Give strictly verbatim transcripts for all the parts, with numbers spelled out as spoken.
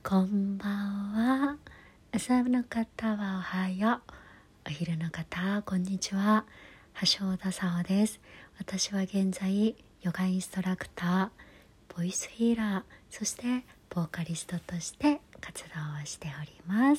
こんばんは。朝の方はおはよう。お昼の方はこんにちは。橋田沙穂です。私は現在ヨガインストラクター、ボイスヒーラー、そしてボーカリストとして活動をしております。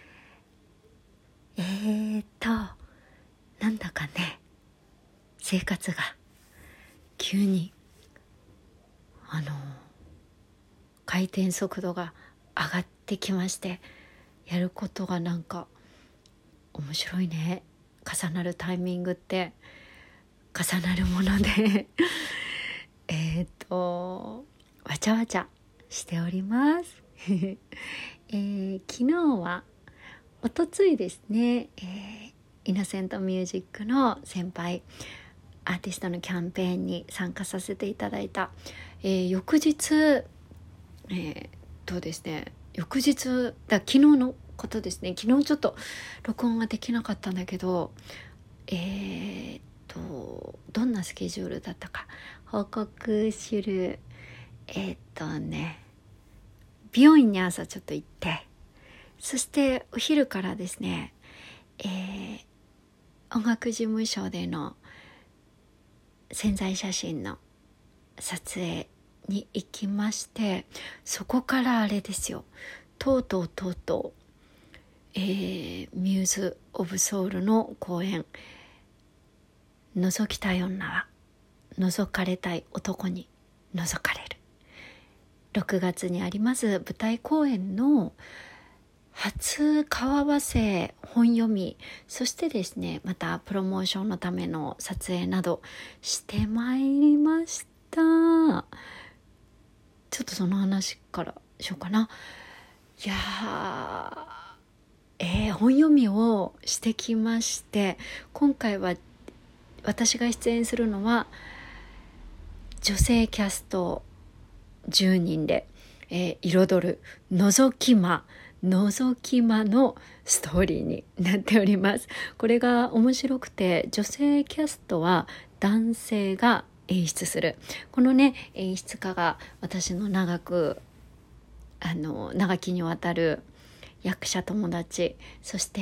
えーとなんだかね、生活が急にあの回転速度が上がってきまして、やることがなんか面白いね。重なるタイミングって重なるものでえっとわちゃわちゃしております、えー、昨日はおとついですね、えー、イノセントミュージックの先輩アーティストのキャンペーンに参加させていただいた、えー、翌日えー、とですね翌日だ昨日のことですね。昨日ちょっと録音ができなかったんだけど、えー、とどんなスケジュールだったか報告する。えー、っとね美容院に朝ちょっと行って、そしてお昼からですね、えー、音楽事務所での宣材写真の撮影に行きまして、そこからあれですよ、とうとうとうとう、えー、ミューズ・オブ・ソウルの公演、覗きたい女は覗かれたい男に覗かれる、ろくがつにあります舞台公演の初顔合わせ、本読み、そしてですねまたプロモーションのための撮影などしてまいりました。ちょっとその話からしようかな。いやーえー、本読みをしてきまして、今回は私が出演するのは女性キャストじゅうにんで、えー、彩る覗き魔覗き魔のストーリーになっております。これが面白くて、女性キャストは男性が演出する。このね演出家が私の長くあの長きにわたる役者友達、そして、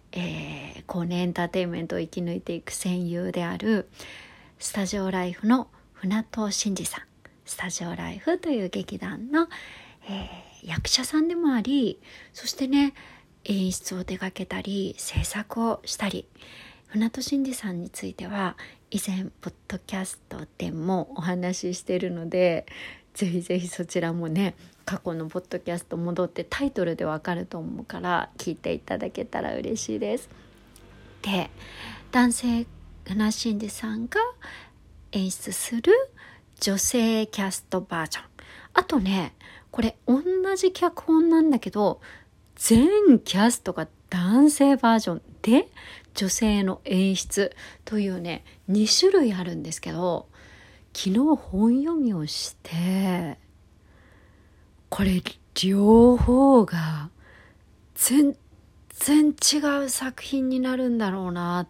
えー、後年エンターテインメントを生き抜いていく戦友であるスタジオライフの船戸真二さん。スタジオライフという劇団の、えー、役者さんでもあり、そしてね演出を手掛けたり制作をしたり、船戸真二さんについては以前ポッドキャストでもお話ししているので、ぜひぜひそちらもね過去のポッドキャスト戻ってタイトルでわかると思うから聞いていただけたら嬉しいです。で、男性船真二さんが演出する女性キャストバージョン、あとねこれ同じ脚本なんだけど全キャストが男性バージョンで女性の演出というねに種類あるんですけど、昨日本読みをしてこれ両方が全然違う作品になるんだろうなって、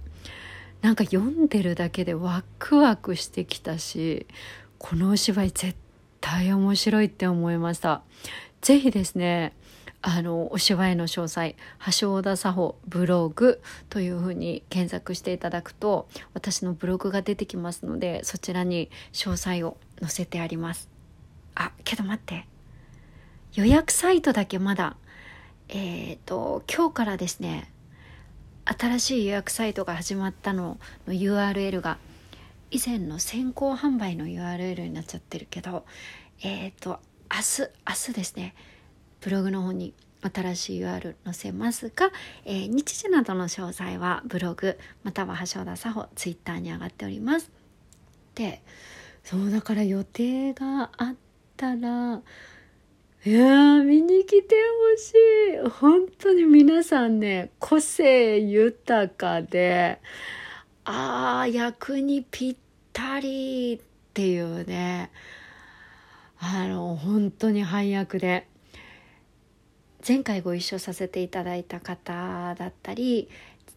なんか読んでるだけでワクワクしてきたし、このお芝居絶対面白いって思いました。ぜひですねあのお芝居の詳細、橋田沙穂ブログというふうに検索していただくと私のブログが出てきますので、そちらに詳細を載せてあります。あ、けど待って、予約サイトだけまだえっと今日からですね新しい予約サイトが始まったのの ユーアールエル が以前の先行販売の ユーアールエル になっちゃってるけど、えっと明日明日ですねブログの方に新しい ユーアールエル 載せますが、えー、日時などの詳細はブログまたは橋田沙穂ツイッターに上がっております。で、そうだから予定があったらいやー見に来てほしい。本当に皆さんね個性豊かで、あー役にぴったりっていうね、あの本当に配役で、前回ご一緒させていただいた方だったり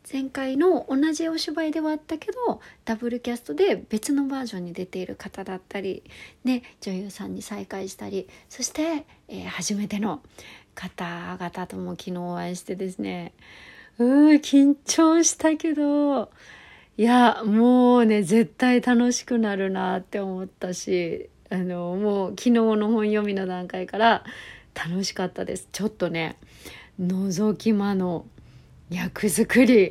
前回の同じお芝居ではあったけどダブルキャストで別のバージョンに出ている方だったり、ね、女優さんに再会したり、そして、えー、初めての方々とも昨日お会いしてですね、うー緊張したけど、いやもうね絶対楽しくなるなって思ったし、あのもう昨日の本読みの段階から楽しかったです。ちょっとね覗き魔の役作り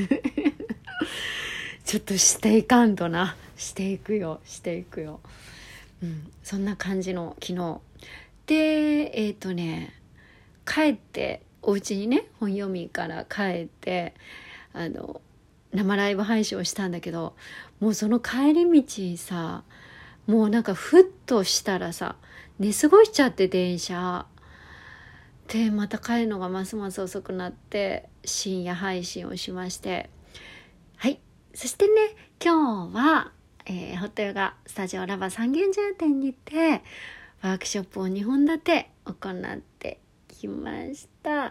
ちょっとしていかんとな、していくよしていくよ、うん、そんな感じの昨日で、えっとね帰ってお家にね本読みから帰ってあの生ライブ配信をしたんだけど、もうその帰り道さ、もうなんかふっとしたらさ寝過ごしちゃって、電車でまた帰るのがますます遅くなって深夜配信をしまして、はい、そしてね今日は、えー、ホットヨガスタジオラバ三軒茶屋店にてワークショップをにほん立て行ってきました。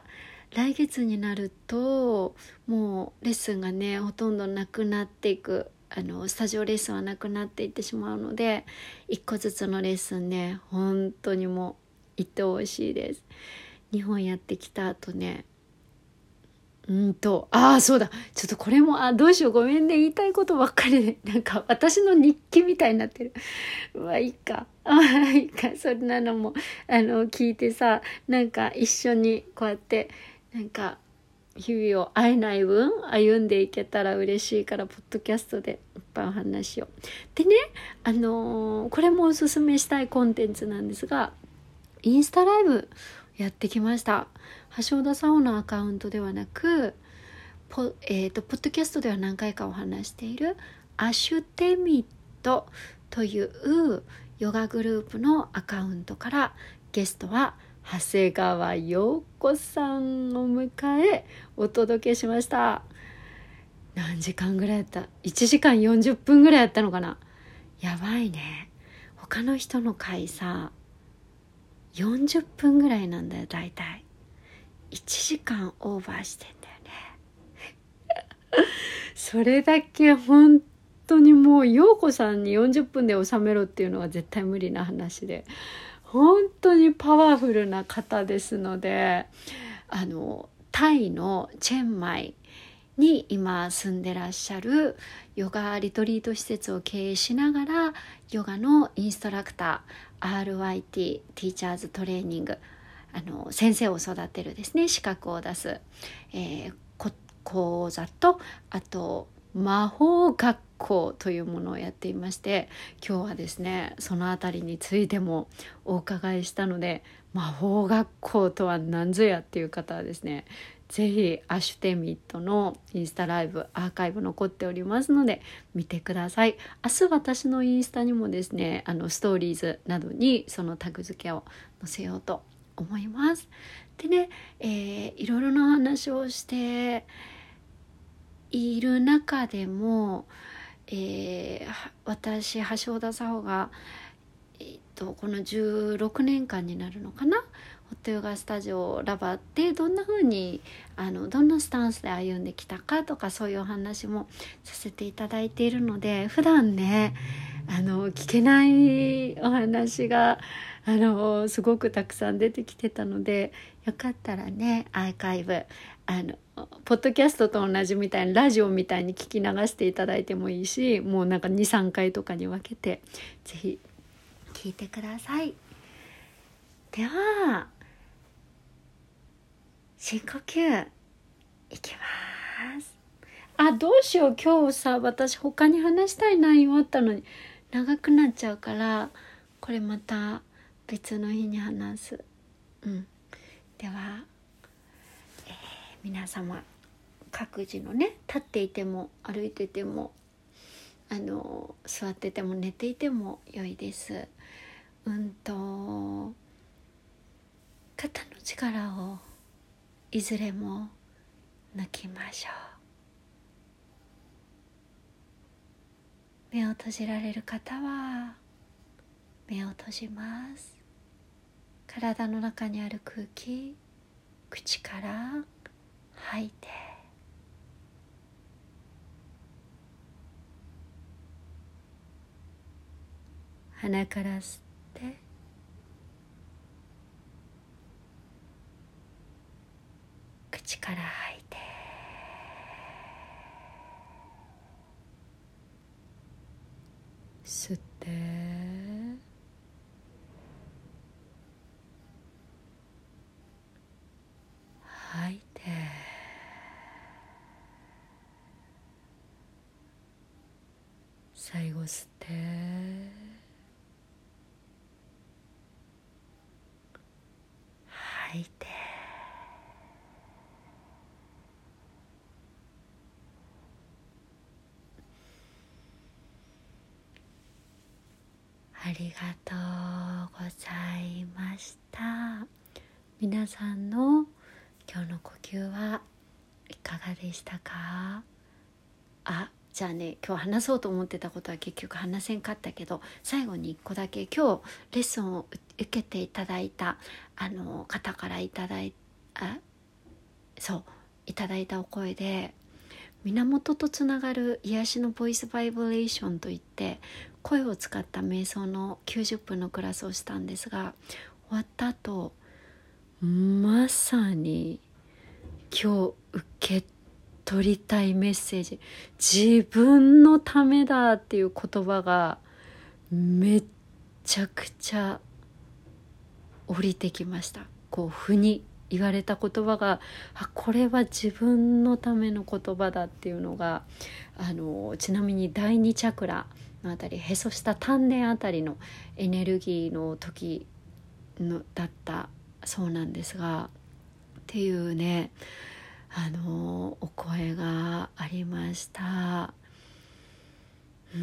来月になるともうレッスンがねほとんどなくなっていく、あのスタジオレッスンはなくなっていってしまうので、いっこずつのレッスンね本当にもう行ってほしいです。にほんやってきた後ね、うんとああそうだ、ちょっとこれもあどうしよう、ごめんね、言いたいことばっかりでなんか私の日記みたいになってる。まあいいか、あいいか、そんなのもあの聞いてさ、なんか一緒にこうやってなんか日々を会えない分歩んでいけたら嬉しいから、ポッドキャストでいっぱいお話を。でね、あのー、これもおすすめしたいコンテンツなんですが、インスタライブやってきました。橋田沙央のアカウントではなくポ,、えーと、ポッドキャストでは何回かお話しているアシュテミットというヨガグループのアカウントから、ゲストは長谷川陽子さんを迎えお届けしました。何時間ぐらいやった？いちじかんよんじゅっぷんぐらいやったのかな。やばいね。他の人の回さよんじゅっぷんぐらいなんだよ、だいたいいちじかんオーバーしてんだよねそれだけ本当にもう陽子さんによんじゅっぷんで収めろっていうのは絶対無理な話で、本当にパワフルな方ですので、あのタイのチェンマイに今住んでらっしゃるヨガリトリート施設を経営しながらヨガのインストラクター アールワイティー ティーチャーズトレーニング、あの先生を育てるですね資格を出す、えー、講座と、あと魔法学校というものをやっていまして、今日はですねそのあたりについてもお伺いしたので、魔法学校とは何ぞやっていう方はですね、ぜひアシュテミットのインスタライブアーカイブ残っておりますので見てください。明日私のインスタにもですね、あのストーリーズなどにそのタグ付けを載せようと思います。でね、えー、いろいろな話をしている中でも、えー、私橋田沙央が、えー、とこのじゅうろくねんかんになるのかな、ホットヨガスタジオラバってどんな風にあのどんなスタンスで歩んできたかとか、そういうお話もさせていただいているので、普段ねあの聞けないお話があのすごくたくさん出てきてたので、よかったらねアーカイブ、あのポッドキャストと同じみたいにラジオみたいに聞き流していただいてもいいし、もうなんか にさんかいとかに分けてぜひ聞いてください。では深呼吸いきます。あ、どうしよう、今日さ私他に話したい内容あったのに長くなっちゃうから、これまた別の日に話す。うん、では、えー、皆様各自のね、立っていても歩いててもあの座ってても寝ていても良いです。うんと肩の力をいずれも抜きましょう。目を閉じられる方は目を閉じます。体の中にある空気、口から吐いて鼻から吸って、口から吐いて、吸って、吐いて、最後吸って、吐いて、ありがとうございました。皆さんの今日の呼吸はいかがでしたか？あ、じゃあね、今日話そうと思ってたことは結局話せんかったけど、最後に一個だけ、今日レッスンを受けていただいたあの方からいただいあそういただいたお声で、源とつながる癒しのボイスバイブレーションといって、声を使った瞑想のきゅうじゅっぷんのクラスをしたんですが、終わった後まさに今日受け取りたいメッセージ、自分のためだっていう言葉がめっちゃくちゃ降りてきました。こう腑に言われた言葉が、あ、これは自分のための言葉だっていうのが、あのちなみにだいにチャクラのあたり、へそ下丹田あたりのエネルギーの時のだったそうなんですが、っていうね、あのお声がありました。うん、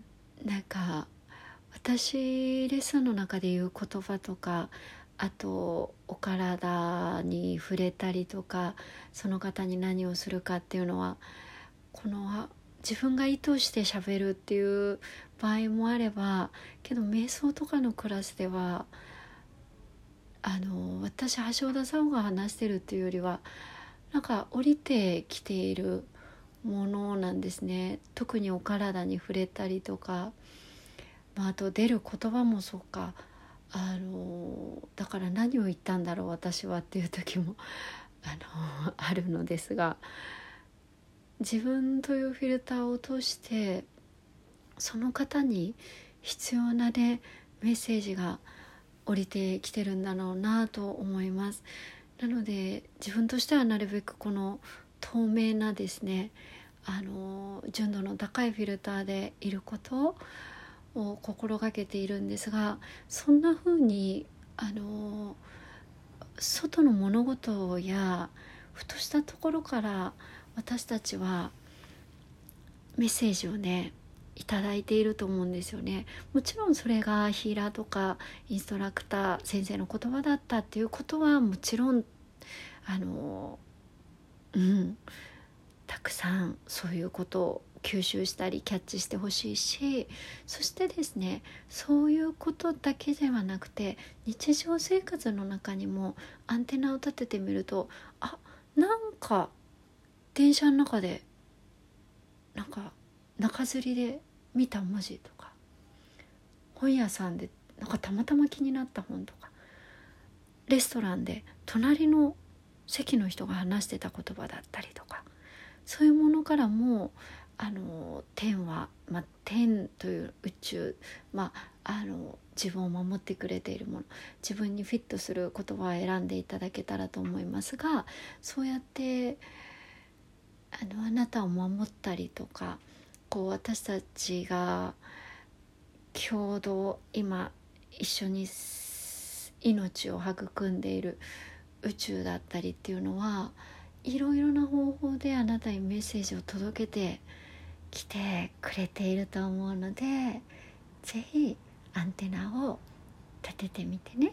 なんか私レッスンの中で言う言葉とか、あとお体に触れたりとか、その方に何をするかっていうのは、この自分が意図して喋るっていう場合もあれば、けど瞑想とかのクラスではあの私橋田さんが話してるっていうよりは、なんか降りてきているものなんですね。特にお体に触れたりとか、まあ、あと出る言葉もそうか、あのだから何を言ったんだろう私はっていう時もあのあるのですが、自分というフィルターを通してその方に必要な、ね、メッセージが降りてきてるんだろうなと思います。なので自分としてはなるべくこの透明なですね、あの純度の高いフィルターでいることを心がけているんですが、そんな風にあの外の物事やふとしたところから私たちはメッセージをねいただいていると思うんですよね。もちろんそれがヒーラーとかインストラクター先生の言葉だったっていうことはもちろんあのうんたくさんそういうことを吸収したりキャッチしてほしいし、そしてですね、そういうことだけではなくて日常生活の中にもアンテナを立ててみると、あ、なんか電車の中でなんか中吊りで見た文字とか、本屋さんでなんかたまたま気になった本とか、レストランで隣の席の人が話してた言葉だったりとか、そういうものからもあの天は、まあ、天という宇宙、まあ、あの自分を守ってくれているもの、自分にフィットする言葉を選んでいただけたらと思いますが、そうやってあのあなたを守ったりとか、こう私たちが共同今一緒に命を育んでいる宇宙だったりっていうのは、いろいろな方法であなたにメッセージを届けてきてくれていると思うので、ぜひアンテナを立ててみてね。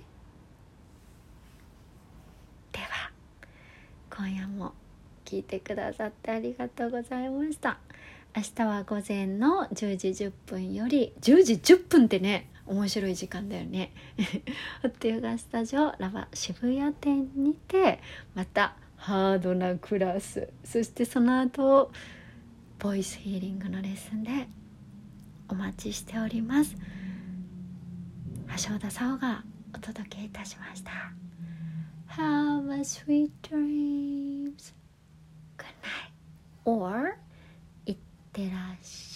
では今夜も聞いてくださってありがとうございました。明日は午前のじゅうじじゅっぷんより、じゅうじじゅっぷんってね面白い時間だよねホットヨガスタジオラバ渋谷店にてまたハードなクラス、そしてその後ボイスヒーリングのレッスンでお待ちしております。 橋田沙央がお届けいたしました。 Have a sweet dreams. Good night. Or いってらっしゃい。